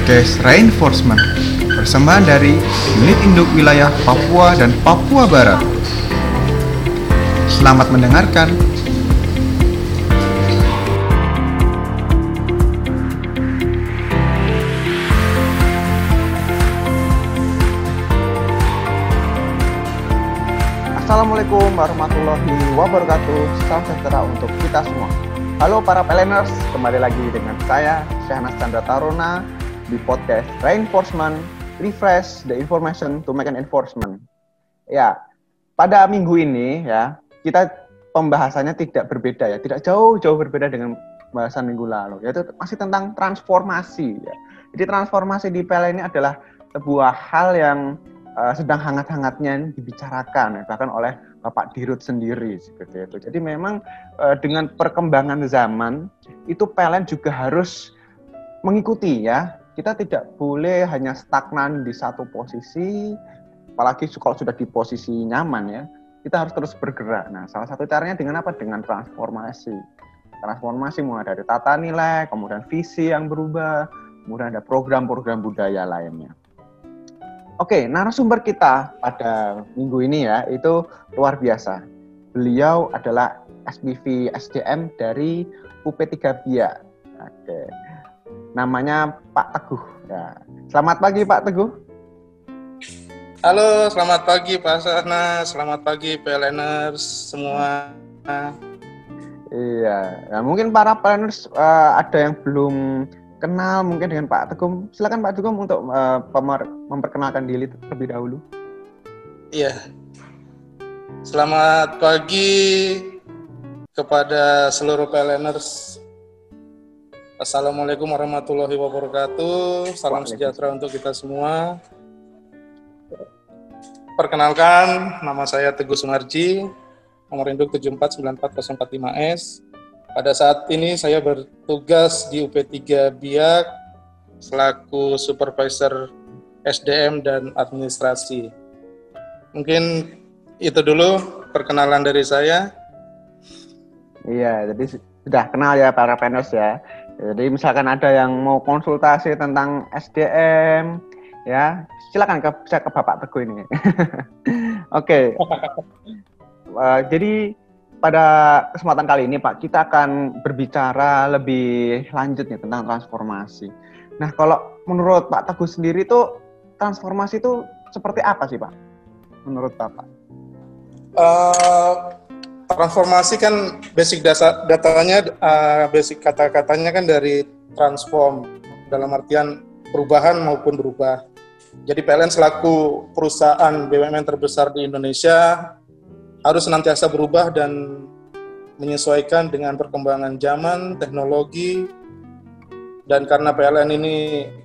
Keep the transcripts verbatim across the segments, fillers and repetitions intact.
podcast Reinforcement, persembahan dari Unit Induk Wilayah Papua dan Papua Barat. Selamat mendengarkan. Assalamualaikum warahmatullahi wabarakatuh. Salam sejahtera untuk kita semua. Halo para peleners, kembali lagi dengan saya Syahnas Chandra Taruna di podcast Reinforcement, Refresh the Information to Make an Enforcement. Ya, pada minggu ini ya kita pembahasannya tidak berbeda ya, tidak jauh-jauh berbeda dengan pembahasan minggu lalu. Yaitu masih tentang transformasi. Ya. Jadi transformasi di P L N ini adalah sebuah hal yang uh, sedang hangat-hangatnya dibicarakan ya, bahkan oleh Bapak Dirut sendiri seperti itu. Jadi memang e, dengan perkembangan zaman itu P L N juga harus mengikuti ya. Kita tidak boleh hanya stagnan di satu posisi, apalagi kalau sudah di posisi nyaman ya. Kita harus terus bergerak. Nah, salah satu caranya dengan apa? Dengan transformasi. Transformasi mulai dari tata nilai, kemudian visi yang berubah, kemudian ada program-program budaya lainnya. Oke, narasumber kita pada minggu ini ya, itu luar biasa. Beliau adalah S P V S D M dari U P tiga Biak. Oke. Namanya Pak Teguh. Ya. Selamat pagi Pak Teguh. Halo, selamat pagi Pak Sana, selamat pagi P L Ners semua. Iya, nah, mungkin para P L Ners uh, ada yang belum kenal mungkin dengan Pak Teguh. Silakan Pak Teguh untuk uh, pemer- memperkenalkan diri terlebih dahulu. Iya. Selamat pagi kepada seluruh P L Ners. Assalamualaikum warahmatullahi wabarakatuh. Salam sejahtera untuk kita semua. Perkenalkan, nama saya Teguh Sumarji, nomor induk tujuh empat sembilan empat nol empat lima S. Pada saat ini saya bertugas di U P tiga Biak selaku Supervisor S D M dan Administrasi. Mungkin itu dulu perkenalan dari saya. Iya, jadi sudah kenal ya para penos ya. Jadi misalkan ada yang mau konsultasi tentang S D M, ya silakan ke, bisa ke Bapak Teguh ini. Oke. uh, jadi pada kesempatan kali ini Pak, kita akan berbicara lebih lanjut nih tentang transformasi. Nah, kalau menurut Pak Teguh sendiri itu transformasi itu seperti apa sih Pak? Menurut Bapak? Uh, transformasi kan basic data, datanya, uh, basic kata-katanya kan dari transform, dalam artian perubahan maupun berubah. Jadi P L N selaku perusahaan B U M N terbesar di Indonesia harus senantiasa berubah dan menyesuaikan dengan perkembangan zaman, teknologi, dan karena P L N ini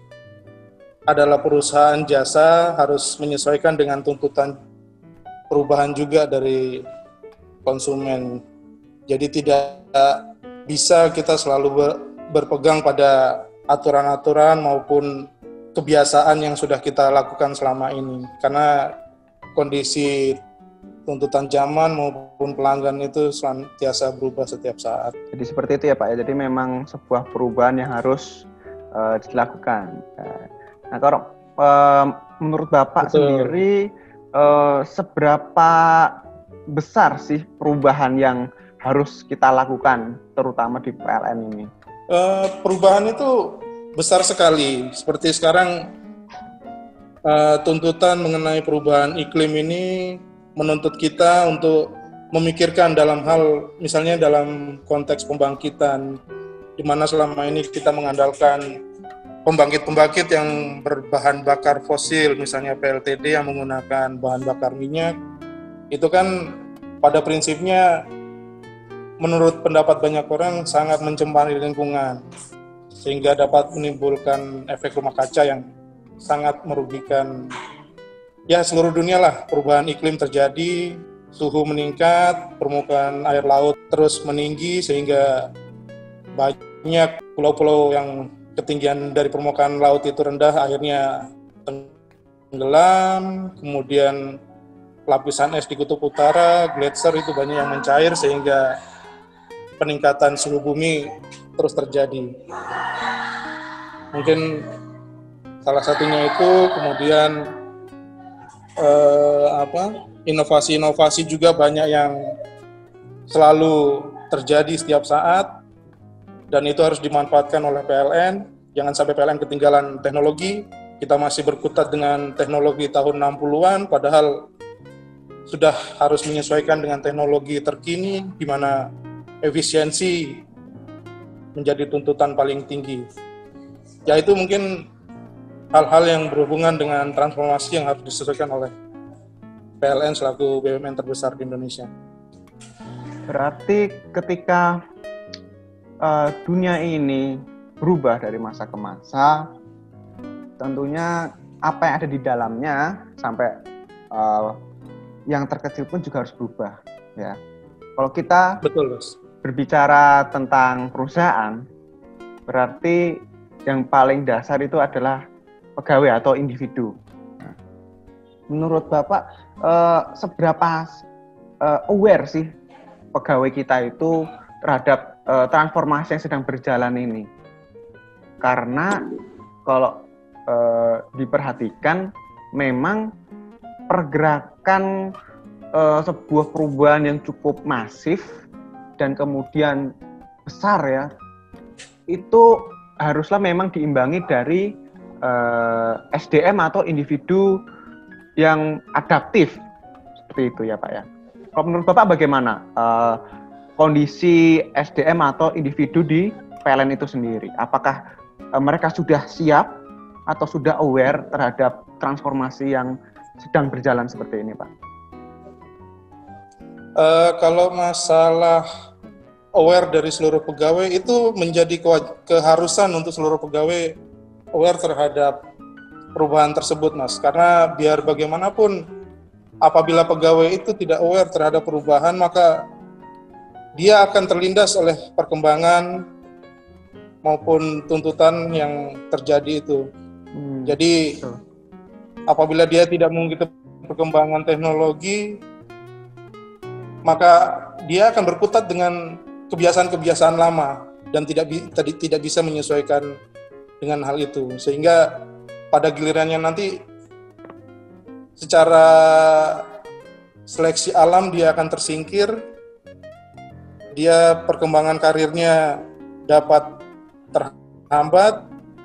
adalah perusahaan jasa, harus menyesuaikan dengan tuntutan perubahan juga dari konsumen. Jadi tidak bisa kita selalu ber- berpegang pada aturan-aturan maupun kebiasaan yang sudah kita lakukan selama ini, karena kondisi tuntutan zaman maupun pelanggan itu senantiasa berubah setiap saat. Jadi seperti itu ya Pak ya. Jadi memang sebuah perubahan yang harus uh, dilakukan. Nah, kalau uh, menurut Bapak Betul. sendiri uh, seberapa besar sih perubahan yang harus kita lakukan terutama di P L N ini? Uh, perubahan itu besar sekali. Seperti sekarang uh, tuntutan mengenai perubahan iklim ini menuntut kita untuk memikirkan dalam hal, misalnya dalam konteks pembangkitan, di mana selama ini kita mengandalkan pembangkit-pembangkit yang berbahan bakar fosil, misalnya P L T D yang menggunakan bahan bakar minyak, itu kan pada prinsipnya menurut pendapat banyak orang sangat mencemari lingkungan, sehingga dapat menimbulkan efek rumah kaca yang sangat merugikan ya seluruh dunia lah. Perubahan iklim terjadi, suhu meningkat, permukaan air laut terus meninggi sehingga banyak pulau-pulau yang ketinggian dari permukaan laut itu rendah akhirnya tenggelam, kemudian lapisan es di kutub utara, gletser itu banyak yang mencair sehingga peningkatan suhu bumi terus terjadi. Mungkin Salah satunya itu kemudian eh, apa inovasi-inovasi juga banyak yang selalu terjadi setiap saat, dan itu harus dimanfaatkan oleh P L N. Jangan sampai P L N ketinggalan teknologi. Kita masih berkutat dengan teknologi tahun enam puluhan, padahal sudah harus menyesuaikan dengan teknologi terkini, di mana efisiensi menjadi tuntutan paling tinggi. Ya, itu mungkin hal-hal yang berhubungan dengan transformasi yang harus disesuaikan oleh P L N selaku B U M N terbesar di Indonesia. Berarti ketika uh, dunia ini berubah dari masa ke masa, tentunya apa yang ada di dalamnya sampai uh, yang terkecil pun juga harus berubah. Ya, kalau kita Betul, Mas. Berbicara tentang perusahaan, berarti yang paling dasar itu adalah pegawai atau individu. Nah, menurut Bapak, eh, seberapa eh, aware sih pegawai kita itu terhadap eh, transformasi yang sedang berjalan ini? Karena kalau eh, diperhatikan, memang pergerakan eh, sebuah perubahan yang cukup masif dan kemudian besar ya, itu haruslah memang diimbangi dari uh, S D M atau individu yang adaptif, seperti itu ya Pak ya. Kalau menurut Bapak bagaimana uh, kondisi S D M atau individu di P L N itu sendiri? Apakah uh, mereka sudah siap atau sudah aware terhadap transformasi yang sedang berjalan seperti ini Pak? Uh, kalau masalah aware dari seluruh pegawai, itu menjadi keharusan untuk seluruh pegawai aware terhadap perubahan tersebut, Mas. Karena biar bagaimanapun, apabila pegawai itu tidak aware terhadap perubahan, maka dia akan terlindas oleh perkembangan maupun tuntutan yang terjadi itu. Hmm. Jadi, so. apabila dia tidak mengikuti perkembangan teknologi, maka dia akan berkutat dengan kebiasaan-kebiasaan lama dan tidak tadi tidak bisa menyesuaikan dengan hal itu, sehingga pada gilirannya nanti secara seleksi alam dia akan tersingkir, dia perkembangan karirnya dapat terhambat,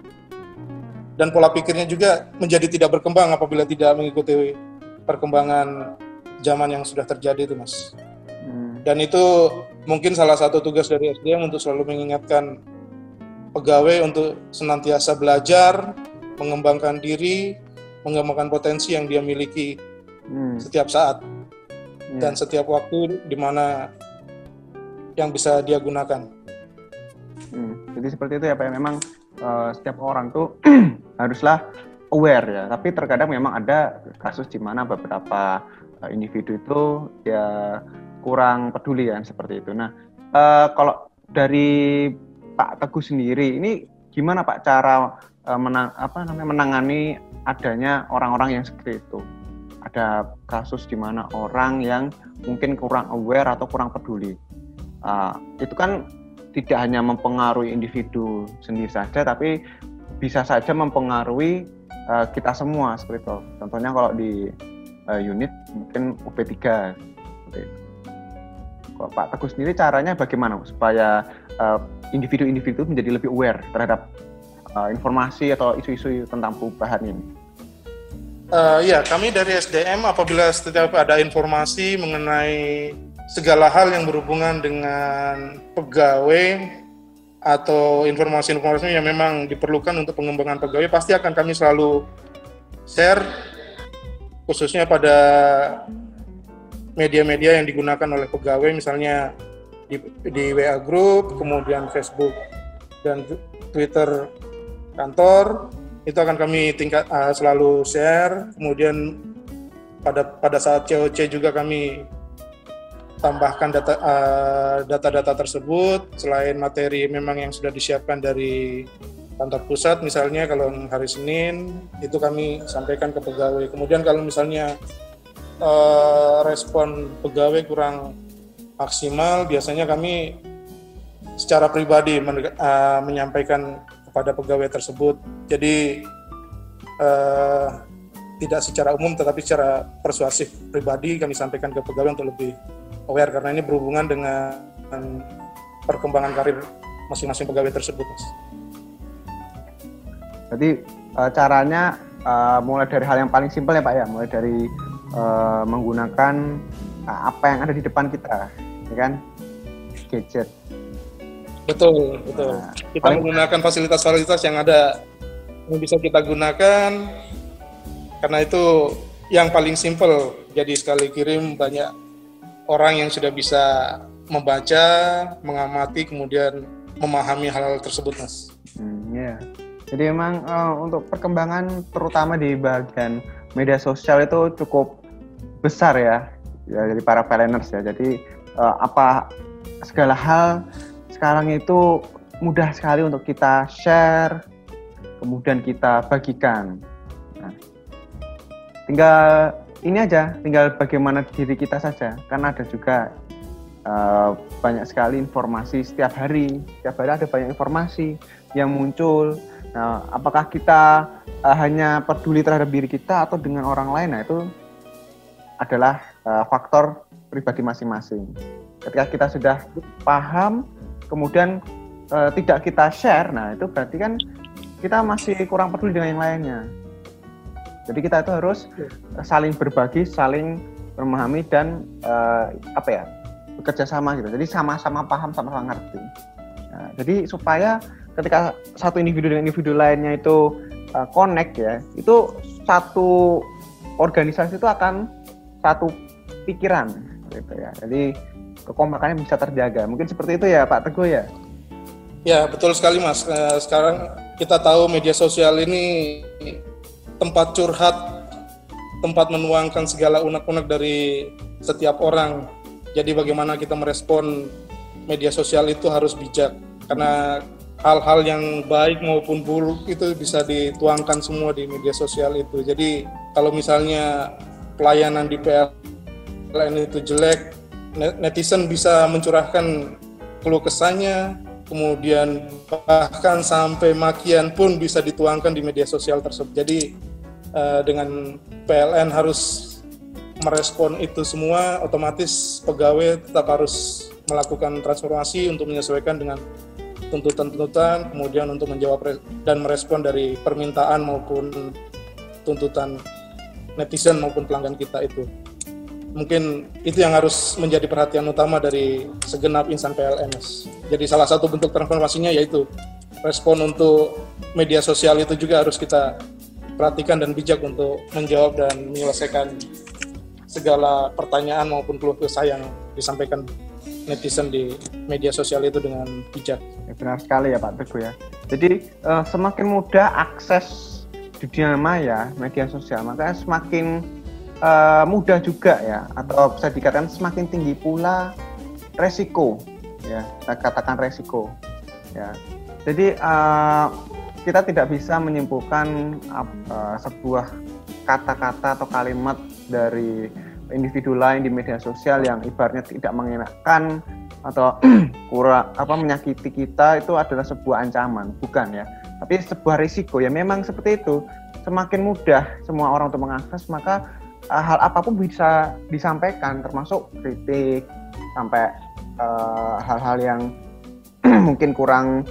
dan pola pikirnya juga menjadi tidak berkembang apabila tidak mengikuti perkembangan zaman yang sudah terjadi itu, Mas. Dan itu mungkin salah satu tugas dari S D M untuk selalu mengingatkan pegawai untuk senantiasa belajar, mengembangkan diri, mengembangkan potensi yang dia miliki hmm. setiap saat hmm. dan setiap waktu di mana yang bisa dia gunakan. Hmm. Jadi seperti itu ya Pak, memang uh, setiap orang tuh haruslah aware ya, tapi terkadang memang ada kasus di mana beberapa uh, individu itu ya kurang peduli kan seperti itu. Nah, uh, kalau dari Pak Teguh sendiri, ini gimana Pak cara uh, menang, apa namanya menangani adanya orang-orang yang seperti itu? Ada kasus di mana orang yang mungkin kurang aware atau kurang peduli. Uh, itu kan tidak hanya mempengaruhi individu sendiri saja, tapi bisa saja mempengaruhi uh, kita semua seperti itu. Contohnya kalau di uh, unit mungkin U P tiga seperti itu. Pak Teguh sendiri caranya bagaimana supaya uh, individu-individu menjadi lebih aware terhadap uh, informasi atau isu-isu tentang perubahan ini? Uh, ya, kami dari S D M apabila setiap ada informasi mengenai segala hal yang berhubungan dengan pegawai atau informasi-informasi yang memang diperlukan untuk pengembangan pegawai, pasti akan kami selalu share, khususnya pada media-media yang digunakan oleh pegawai, misalnya di, di W A Group, kemudian Facebook dan Twitter kantor, itu akan kami tingkat uh, selalu share. Kemudian pada pada saat C O C juga kami tambahkan data uh, data-data tersebut, selain materi memang yang sudah disiapkan dari kantor pusat, misalnya kalau hari Senin itu kami sampaikan ke pegawai. Kemudian kalau misalnya Uh, respon pegawai kurang maksimal, biasanya kami secara pribadi men- uh, menyampaikan kepada pegawai tersebut. Jadi uh, tidak secara umum tetapi secara persuasif pribadi kami sampaikan ke pegawai untuk lebih aware karena ini berhubungan dengan perkembangan karir masing-masing pegawai tersebut, Mas. Jadi uh, caranya uh, mulai dari hal yang paling simpel ya Pak ya, mulai dari uh, menggunakan uh, apa yang ada di depan kita, ya kan, gadget. Betul, betul. Nah, kita paling... menggunakan fasilitas-fasilitas yang ada yang bisa kita gunakan. Karena itu yang paling simpel, jadi sekali kirim banyak orang yang sudah bisa membaca, mengamati, kemudian memahami hal-hal tersebut, Mas. Hmm, ya. Jadi memang uh, untuk perkembangan terutama di bagian media sosial itu cukup besar ya, ya dari para planners ya. Jadi uh, apa segala hal sekarang itu mudah sekali untuk kita share, kemudian kita bagikan. Nah, tinggal ini aja, tinggal bagaimana diri kita saja. Karena ada juga uh, banyak sekali informasi setiap hari. Setiap hari ada banyak informasi yang muncul. Nah, apakah kita uh, hanya peduli terhadap diri kita atau dengan orang lain? Nah, itu adalah uh, faktor pribadi masing-masing. Ketika kita sudah paham, kemudian uh, tidak kita share, nah itu berarti kan kita masih kurang peduli dengan yang lainnya. Jadi kita itu harus saling berbagi, saling memahami dan uh, apa ya, bekerja sama gitu. Jadi sama-sama paham, sama-sama ngerti. Nah, jadi supaya ketika satu individu dengan individu lainnya itu uh, connect ya, itu satu organisasi itu akan satu pikiran gitu ya. Jadi kekompakannya bisa terjaga. Mungkin seperti itu ya Pak Teguh ya? Ya betul sekali Mas. Sekarang kita tahu media sosial ini tempat curhat, tempat menuangkan segala unek-unek dari setiap orang. Jadi bagaimana kita merespon media sosial itu harus bijak. Karena hal-hal yang baik maupun buruk itu bisa dituangkan semua di media sosial itu. Jadi kalau misalnya pelayanan di P L N itu jelek, netizen bisa mencurahkan keluh kesahnya, kemudian bahkan sampai makian pun bisa dituangkan di media sosial tersebut. Jadi Uh, dengan P L N harus merespon itu semua, otomatis pegawai tetap harus melakukan transformasi untuk menyesuaikan dengan tuntutan-tuntutan, kemudian untuk menjawab re- dan merespon dari permintaan maupun tuntutan netizen maupun pelanggan kita itu. Mungkin itu yang harus menjadi perhatian utama dari segenap insan P L N. Jadi salah satu bentuk transformasinya yaitu respon untuk media sosial itu juga harus kita perhatikan dan bijak untuk menjawab dan menyelesaikan segala pertanyaan maupun keluh kesah yang disampaikan netizen di media sosial itu dengan bijak. Ya, benar sekali ya Pak Teguh ya. Jadi uh, semakin mudah akses di dunia maya, media sosial, maka semakin uh, mudah juga ya, atau bisa dikatakan semakin tinggi pula resiko, ya, kita katakan resiko. Ya, jadi uh, kita tidak bisa menyimpulkan uh, sebuah kata-kata atau kalimat dari individu lain di media sosial yang ibaratnya tidak mengenakan atau kurang apa menyakiti kita itu adalah sebuah ancaman, bukan ya, tapi sebuah risiko ya. Memang seperti itu, semakin mudah semua orang untuk mengakses, maka uh, hal apapun bisa disampaikan, termasuk kritik sampai uh, hal-hal yang mungkin kurang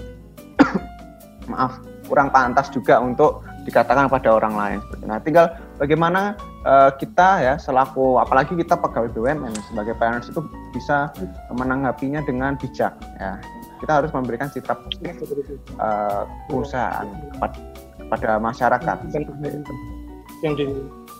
maaf kurang pantas juga untuk dikatakan pada orang lain. Nah, tinggal bagaimana uh, kita ya selaku, apalagi kita pegawai B U M N sebagai planners itu bisa menanggapinya dengan bijak. Ya, kita harus memberikan sikap uh, perusahaan kepada, kepada masyarakat. Yang di.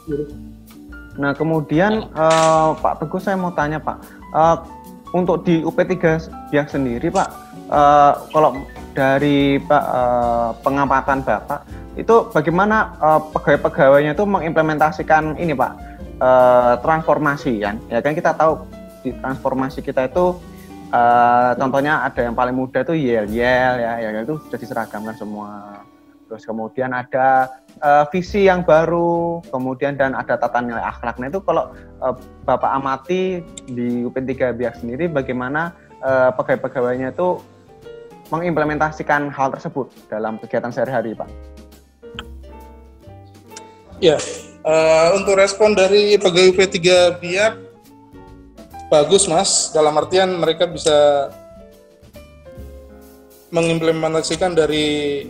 Nah, kemudian uh, Pak Teguh, saya mau tanya Pak, uh, untuk di U P tiga Biak sendiri Pak, uh, kalau dari Pak uh, pengamatan Bapak itu bagaimana uh, pegawai-pegawainya itu mengimplementasikan ini Pak, uh, transformasi kan? Ya kan kita tahu di transformasi kita itu uh, contohnya ada yang paling mudah itu yel-yel ya, ya itu sudah diseragamkan semua. Terus kemudian ada uh, visi yang baru, kemudian dan ada tata nilai akhlak. Nah itu kalau uh, Bapak amati di U P tiga Biak sendiri bagaimana uh, pegawai-pegawainya itu mengimplementasikan hal tersebut dalam kegiatan sehari-hari, Pak? Ya, uh, untuk respon dari pegawai P tiga Biak bagus Mas, dalam artian mereka bisa mengimplementasikan dari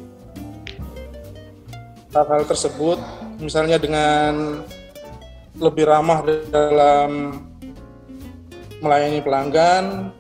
hal-hal tersebut, misalnya dengan lebih ramah dalam melayani pelanggan.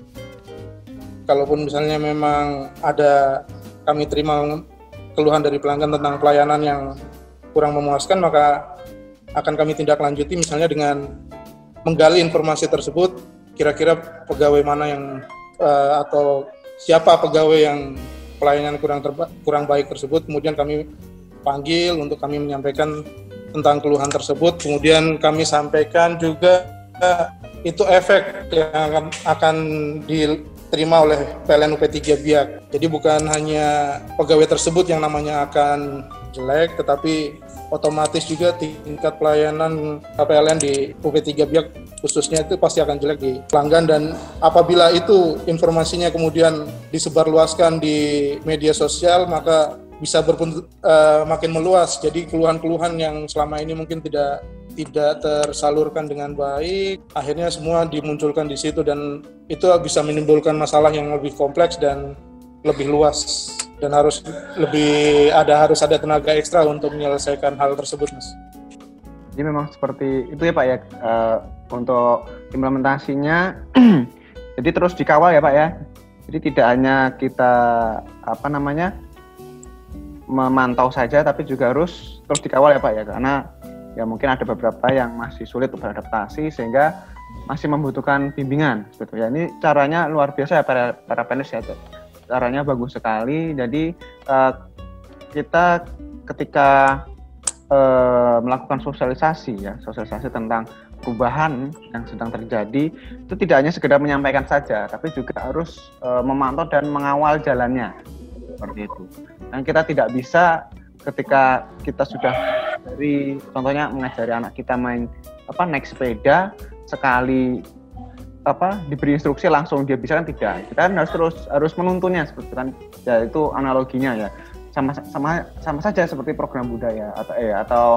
Kalaupun misalnya memang ada kami terima keluhan dari pelanggan tentang pelayanan yang kurang memuaskan, maka akan kami tindak lanjuti misalnya dengan menggali informasi tersebut, kira-kira pegawai mana yang uh, atau siapa pegawai yang pelayanan kurang terba- kurang baik tersebut, kemudian kami panggil untuk kami menyampaikan tentang keluhan tersebut, kemudian kami sampaikan juga uh, itu efek yang akan, akan diterima oleh P L N U P tiga Biak. Jadi bukan hanya pegawai tersebut yang namanya akan jelek, tetapi otomatis juga tingkat pelayanan P L N di U P tiga Biak khususnya itu pasti akan jelek di pelanggan, dan apabila itu informasinya kemudian disebarluaskan di media sosial, maka bisa berpun, uh, makin meluas. Jadi keluhan-keluhan yang selama ini mungkin tidak tidak tersalurkan dengan baik, akhirnya semua dimunculkan di situ, dan itu bisa menimbulkan masalah yang lebih kompleks dan lebih luas, dan harus lebih ada harus ada tenaga ekstra untuk menyelesaikan hal tersebut, Mas. Jadi memang seperti itu ya Pak ya, uh, untuk implementasinya jadi terus dikawal ya Pak ya. Jadi tidak hanya kita apa namanya memantau saja, tapi juga harus terus dikawal ya Pak ya, karena ya mungkin ada beberapa yang masih sulit untuk beradaptasi sehingga masih membutuhkan bimbingan sebetulnya. Ini caranya luar biasa ya para para P N S ya. Caranya bagus sekali. Jadi uh, kita ketika uh, melakukan sosialisasi ya, sosialisasi tentang perubahan yang sedang terjadi, itu tidak hanya sekedar menyampaikan saja, tapi juga harus uh, memantau dan mengawal jalannya seperti itu. Dan kita tidak bisa ketika kita sudah dari contohnya mengajari anak kita main apa naik sepeda, sekali apa diberi instruksi langsung dia bisa, kan tidak. Kita kan harus terus harus menuntunnya seperti kan. Ya itu analoginya ya. Sama sama sama saja seperti program budaya atau eh atau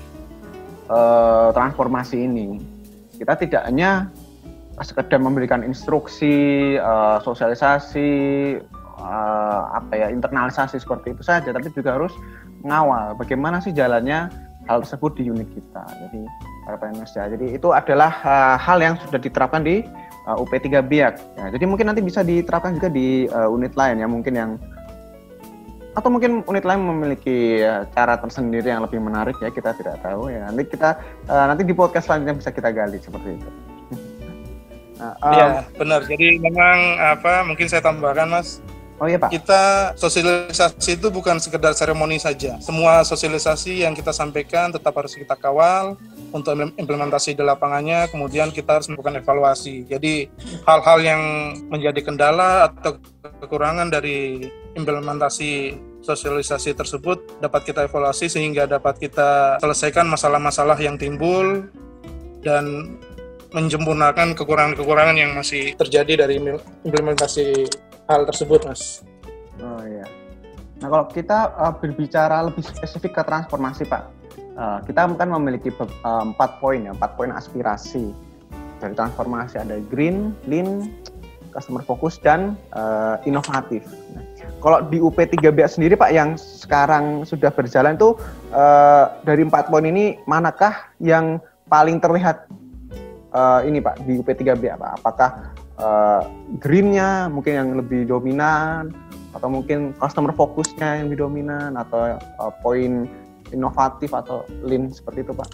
eh, transformasi ini. Kita tidak hanya sekedar memberikan instruksi, eh, sosialisasi, eh, apa ya internalisasi seperti itu saja, tapi juga harus mengawal bagaimana sih jalannya hal tersebut di unit kita. Jadi para P N S ya. Jadi itu adalah uh, hal yang sudah diterapkan di uh, U P tiga Biak. Ya, jadi mungkin nanti bisa diterapkan juga di uh, unit lain ya, mungkin yang atau mungkin unit lain memiliki uh, cara tersendiri yang lebih menarik ya, kita tidak tahu ya. Nanti kita uh, nanti di podcast selanjutnya bisa kita gali seperti itu. Nah, um, ya benar. Jadi memang apa mungkin saya tambahkan Mas. Oh iya Pak. Kita sosialisasi itu bukan sekedar seremoni saja. Semua sosialisasi yang kita sampaikan tetap harus kita kawal untuk implementasi di lapangannya. Kemudian kita harus melakukan evaluasi. Jadi hal-hal yang menjadi kendala atau kekurangan dari implementasi sosialisasi tersebut dapat kita evaluasi sehingga dapat kita selesaikan masalah-masalah yang timbul dan menjempurnakan kekurangan-kekurangan yang masih terjadi dari implementasi hal tersebut, Mas. Oh iya. Nah kalau kita uh, berbicara lebih spesifik ke transformasi, Pak, uh, kita kan memiliki uh, empat poin ya, empat poin aspirasi dari transformasi. Ada green, lean, customer focus, dan uh, inovatif. Nah, kalau di U P tiga Biak sendiri, Pak, yang sekarang sudah berjalan itu uh, dari empat poin ini manakah yang paling terlihat uh, ini, Pak, di U P tiga Biak, Pak? Apakah Uh, green-nya mungkin yang lebih dominan, atau mungkin customer focus-nya yang lebih dominan, atau uh, poin inovatif atau lean seperti itu, Pak?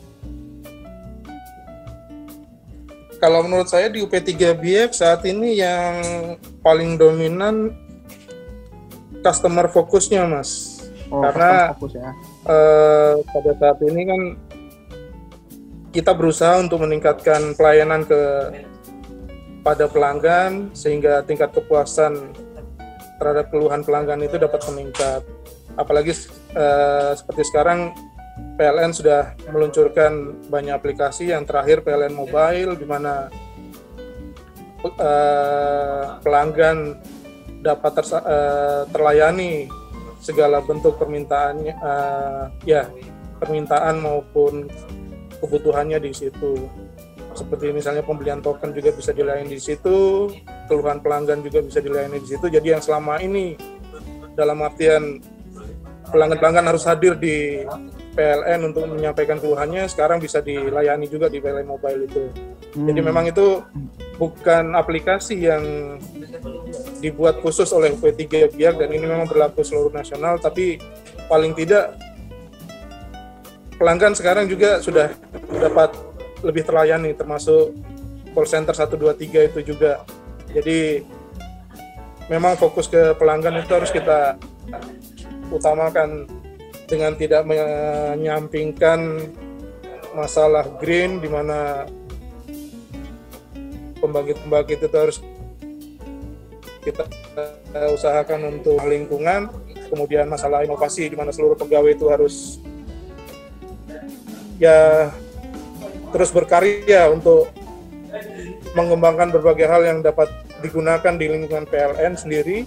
Kalau menurut saya di U P tiga Biak saat ini yang paling dominan customer focus-nya, Mas. Oh, karena fokus, ya. uh, pada saat ini kan kita berusaha untuk meningkatkan pelayanan ke pada pelanggan sehingga tingkat kepuasan terhadap keluhan pelanggan itu dapat meningkat. Apalagi uh, seperti sekarang P L N sudah meluncurkan banyak aplikasi, yang terakhir P L N Mobile, di mana uh, pelanggan dapat tersa- uh, terlayani segala bentuk permintaannya, uh, ya permintaan maupun kebutuhannya di situ. Seperti misalnya pembelian token juga bisa dilayani di situ, keluhan pelanggan juga bisa dilayani di situ. Jadi yang selama ini dalam artian pelanggan-pelanggan harus hadir di P L N untuk menyampaikan keluhannya, sekarang bisa dilayani juga di P L N Mobile itu. Hmm. Jadi memang itu bukan aplikasi yang dibuat khusus oleh U P tiga Biak dan ini memang berlaku seluruh nasional, tapi paling tidak pelanggan sekarang juga sudah dapat lebih terlayani, termasuk call center satu dua tiga itu juga. Jadi memang fokus ke pelanggan itu harus kita utamakan dengan tidak menyampingkan masalah green, di mana pembangkit-pembangkit itu harus kita usahakan untuk lingkungan. Kemudian masalah inovasi, di mana seluruh pegawai itu harus ya terus berkarya untuk mengembangkan berbagai hal yang dapat digunakan di lingkungan P L N sendiri.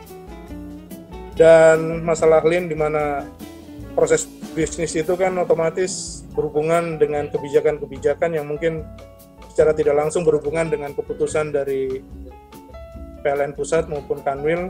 Dan masalah lean, di mana proses bisnis itu kan otomatis berhubungan dengan kebijakan-kebijakan yang mungkin secara tidak langsung berhubungan dengan keputusan dari P L N pusat maupun Kanwil.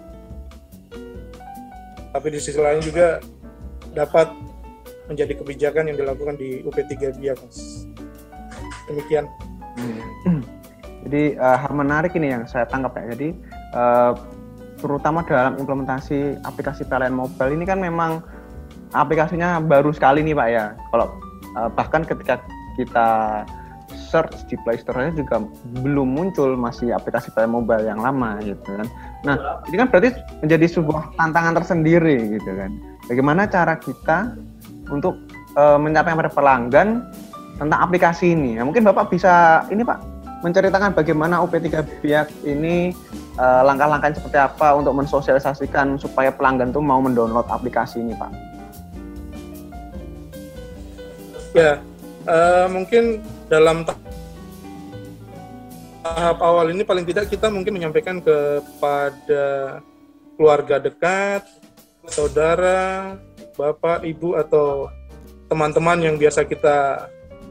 Tapi di sisi lain juga dapat menjadi kebijakan yang dilakukan di U P tiga Biak, Mas. Demikian. Hmm. Jadi uh, hal menarik ini yang saya tangkap ya. Jadi uh, terutama dalam implementasi aplikasi P L N Mobile ini kan memang aplikasinya baru sekali nih Pak ya. Kalau uh, bahkan ketika kita search di Play Store-nya juga belum muncul masih aplikasi P L N Mobile yang lama gitu kan. Nah, ini kan berarti menjadi sebuah tantangan tersendiri gitu kan. Bagaimana cara kita untuk uh, menyampaikan pada pelanggan tentang aplikasi ini. Nah, mungkin Bapak bisa ini Pak menceritakan bagaimana U P tiga Biak ini uh, langkah-langkahnya seperti apa untuk mensosialisasikan supaya pelanggan tuh mau mendownload aplikasi ini Pak. Ya, uh, mungkin dalam tahap awal ini paling tidak kita mungkin menyampaikan kepada keluarga dekat, saudara, bapak, ibu, atau teman-teman yang biasa kita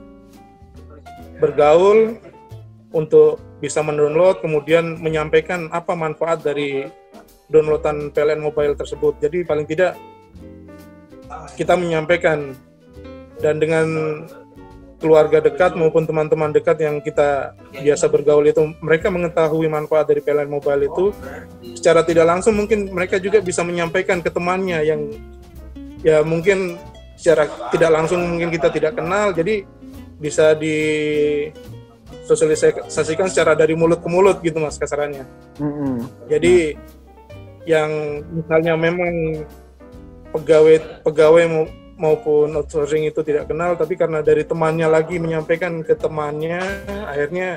bergaul untuk bisa mendownload, kemudian menyampaikan apa manfaat dari downloadan P L N Mobile tersebut. Jadi paling tidak kita menyampaikan, dan dengan keluarga dekat maupun teman-teman dekat yang kita biasa bergaul itu, mereka mengetahui manfaat dari P L N Mobile itu, secara tidak langsung mungkin mereka juga bisa menyampaikan ke temannya yang ya mungkin secara tidak langsung mungkin kita tidak kenal, jadi bisa disosialisasikan secara dari mulut ke mulut gitu Mas kasarannya. Mm-hmm. Jadi yang misalnya memang pegawai pegawai maupun outsourcing itu tidak kenal, tapi karena dari temannya lagi menyampaikan ke temannya, akhirnya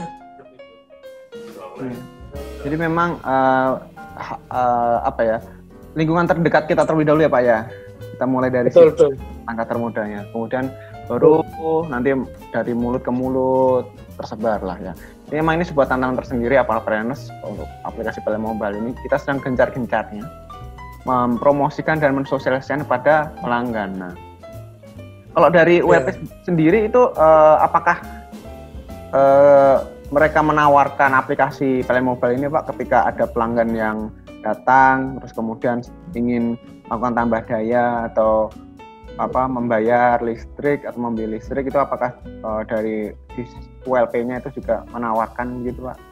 hmm. Jadi memang uh, uh, apa ya, lingkungan terdekat kita terlebih dahulu ya Pak ya. Kita mulai dari betul, betul. Langkah termudahnya, kemudian baru betul. Nanti dari mulut ke mulut tersebar lah ya. Ini memang ini sebuah tantangan tersendiri apalagi Preneers untuk aplikasi P L N Mobile ini. Kita sedang gencar-gencarnya mempromosikan dan mensosialisasikan pada pelanggan. Nah, kalau dari U L P yeah. sendiri itu uh, apakah uh, mereka menawarkan aplikasi P L N Mobile ini Pak ketika ada pelanggan yang datang terus kemudian ingin melakukan tambah daya atau apa membayar listrik atau membeli listrik, itu apakah uh, dari U L P-nya itu juga menawarkan gitu Pak?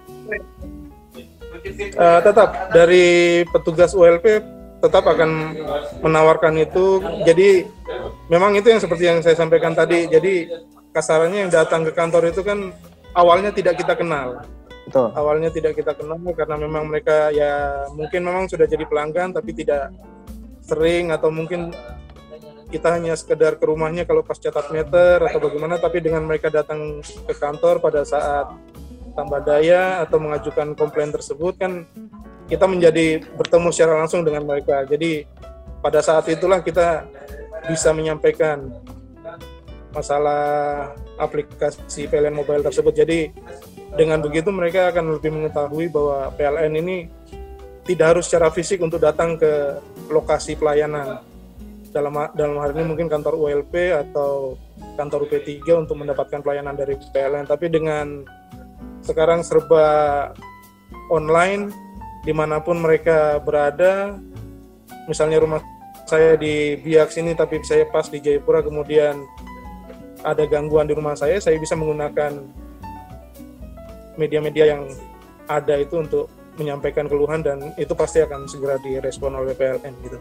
Uh, tetap dari petugas U L P tetap akan menawarkan itu. Jadi memang itu yang seperti yang saya sampaikan tadi. Jadi kasarannya yang datang ke kantor itu kan awalnya tidak kita kenal. Betul. Awalnya tidak kita kenal karena memang mereka ya mungkin memang sudah jadi pelanggan tapi tidak sering, atau mungkin kita hanya sekedar ke rumahnya kalau pas catat meter atau bagaimana, tapi dengan mereka datang ke kantor pada saat tambah daya atau mengajukan komplain tersebut kan kita menjadi bertemu secara langsung dengan mereka. Jadi pada saat itulah kita bisa menyampaikan masalah aplikasi P L N Mobile tersebut. Jadi dengan begitu mereka akan lebih mengetahui bahwa P L N ini tidak harus secara fisik untuk datang ke lokasi pelayanan. dalam dalam hal ini mungkin kantor U L P atau kantor U P tiga untuk mendapatkan pelayanan dari P L N. Tapi dengan sekarang serba online, dimanapun mereka berada, misalnya rumah saya di Biak sini tapi saya pas di Jayapura, kemudian ada gangguan di rumah saya, saya bisa menggunakan media-media yang ada itu untuk menyampaikan keluhan, dan itu pasti akan segera direspon oleh P L N gitu.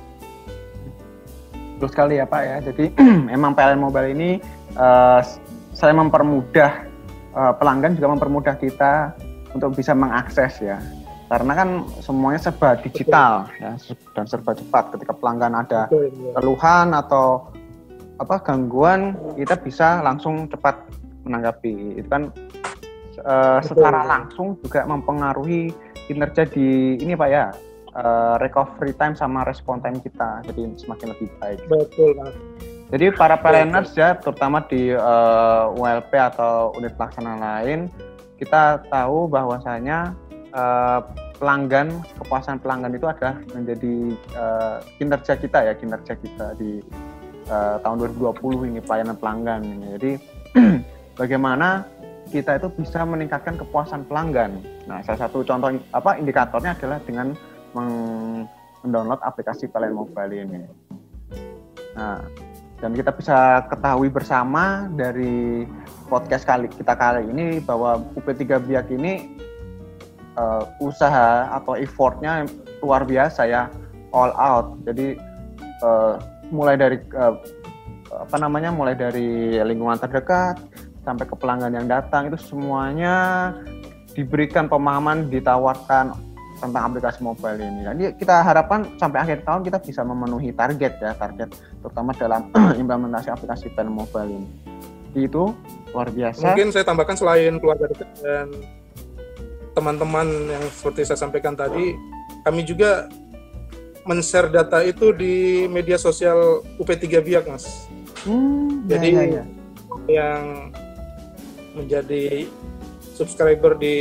Betul sekali ya Pak ya. Jadi memang P L N Mobile ini uh, selain mempermudah uh, pelanggan, juga mempermudah kita untuk bisa mengakses ya. Karena kan semuanya serba digital. Betul. Ya, dan serba cepat. Ketika pelanggan ada Betul, ya. keluhan atau apa gangguan, kita bisa langsung cepat menanggapi. Itu kan uh, secara langsung juga mempengaruhi kinerja di ini Pak ya. Uh, recovery time sama respon time kita jadi semakin lebih baik. Betul Mas. Jadi para planners ya, terutama di uh, U L P atau unit pelaksana lain, kita tahu bahwasanya uh, pelanggan, kepuasan pelanggan itu adalah menjadi uh, kinerja kita ya, kinerja kita di uh, tahun dua ribu dua puluh ini, pelayanan pelanggan ini. Jadi bagaimana kita itu bisa meningkatkan kepuasan pelanggan. Nah, salah satu contoh apa indikatornya adalah dengan mendownload aplikasi P L N Mobile ini. Nah, dan kita bisa ketahui bersama dari podcast kali kita kali ini bahwa U P tiga Biak ini uh, usaha atau effortnya luar biasa ya, all out. Jadi uh, mulai dari uh, apa namanya, mulai dari lingkungan terdekat sampai ke pelanggan yang datang, itu semuanya diberikan pemahaman, ditawarkan tentang aplikasi mobile ini. Jadi kita harapkan sampai akhir tahun kita bisa memenuhi target ya, target terutama dalam implementasi aplikasi P L N Mobile ini. Itu luar biasa. Mungkin saya tambahkan, selain keluarga dekat dan teman-teman yang seperti saya sampaikan tadi, kami juga men-share data itu di media sosial U P tiga Biak, Mas. Hmm, Jadi ya, ya, ya. yang menjadi subscriber di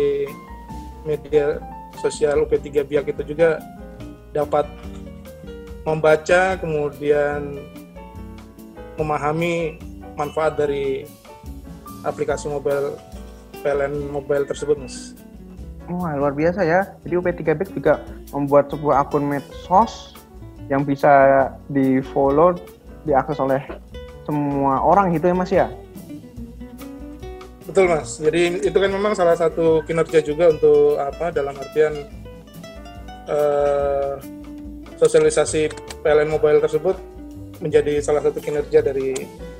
media sosial U P tiga Biak itu juga dapat membaca, kemudian memahami manfaat dari aplikasi mobile P L N Mobile tersebut, Mas. Wah, luar biasa ya. Jadi U P tiga Biak juga membuat sebuah akun medsos yang bisa di-follow, diakses oleh semua orang gitu ya Mas ya? Betul Mas, jadi itu kan memang salah satu kinerja juga untuk apa, dalam artian uh, sosialisasi P L N Mobile tersebut menjadi salah satu kinerja dari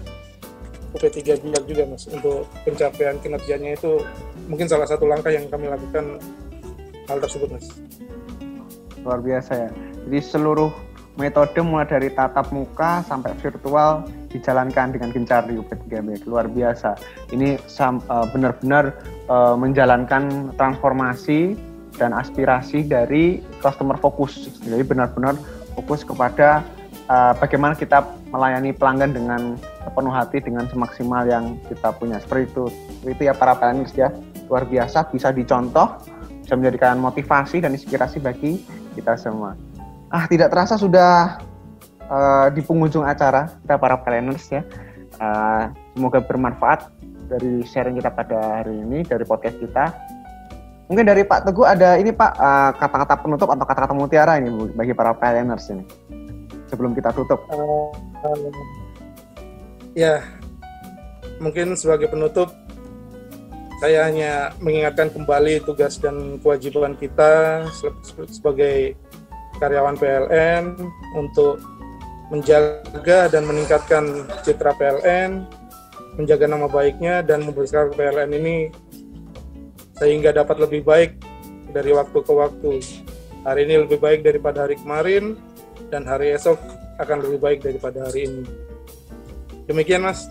U P tiga Biak juga Mas. Untuk pencapaian kinerjanya itu mungkin salah satu langkah yang kami lakukan hal tersebut Mas. Luar biasa ya, jadi seluruh metode mulai dari tatap muka sampai virtual dijalankan dengan gencar di U P tiga Biak. Luar biasa. Ini sam, uh, benar-benar uh, menjalankan transformasi dan aspirasi dari customer focus. Jadi benar-benar fokus kepada uh, bagaimana kita melayani pelanggan dengan penuh hati, dengan semaksimal yang kita punya. Seperti itu. Itu ya para planners ya. Luar biasa, bisa dicontoh, bisa menjadikan motivasi dan inspirasi bagi kita semua. Ah, tidak terasa sudah uh, di penghujung acara kita para planners ya. Uh, semoga bermanfaat dari sharing kita pada hari ini, dari podcast kita. Mungkin dari Pak Teguh ada ini Pak, uh, kata-kata penutup atau kata-kata mutiara ini bagi para planners ini sebelum kita tutup. Uh, uh, ya, mungkin sebagai penutup saya hanya mengingatkan kembali tugas dan kewajiban kita sebagai karyawan P L N untuk menjaga dan meningkatkan citra P L N, menjaga nama baiknya dan membesarkan P L N ini sehingga dapat lebih baik dari waktu ke waktu. Hari ini lebih baik daripada hari kemarin dan hari esok akan lebih baik daripada hari ini. Demikian Mas.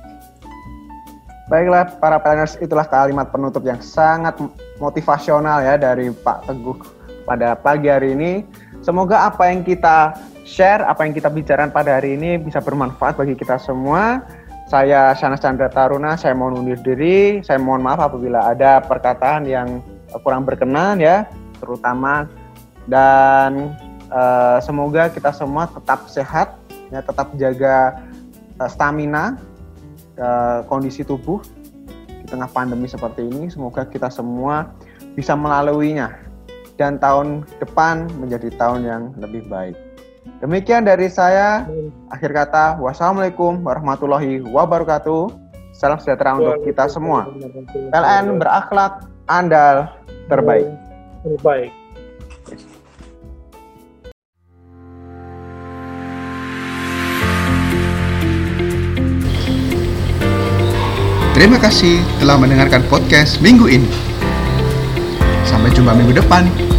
Baiklah para planners, itulah kalimat penutup yang sangat motivasional ya dari Pak Teguh pada pagi hari ini. Semoga apa yang kita share, apa yang kita bicarakan pada hari ini bisa bermanfaat bagi kita semua. Saya Syahnas Chandra Taruna, saya mohon undur diri. Saya mohon maaf apabila ada perkataan yang kurang berkenan ya, terutama. Dan uh, semoga kita semua tetap sehat ya, tetap jaga uh, stamina, uh, kondisi tubuh di tengah pandemi seperti ini. Semoga kita semua bisa melaluinya dan tahun depan menjadi tahun yang lebih baik. Demikian dari saya. Akhir kata, wassalamualaikum warahmatullahi wabarakatuh. Salam sejahtera untuk kita semua. P L N berakhlak, andal, terbaik. Terbaik. Terima kasih telah mendengarkan podcast minggu ini. Sampai jumpa minggu depan.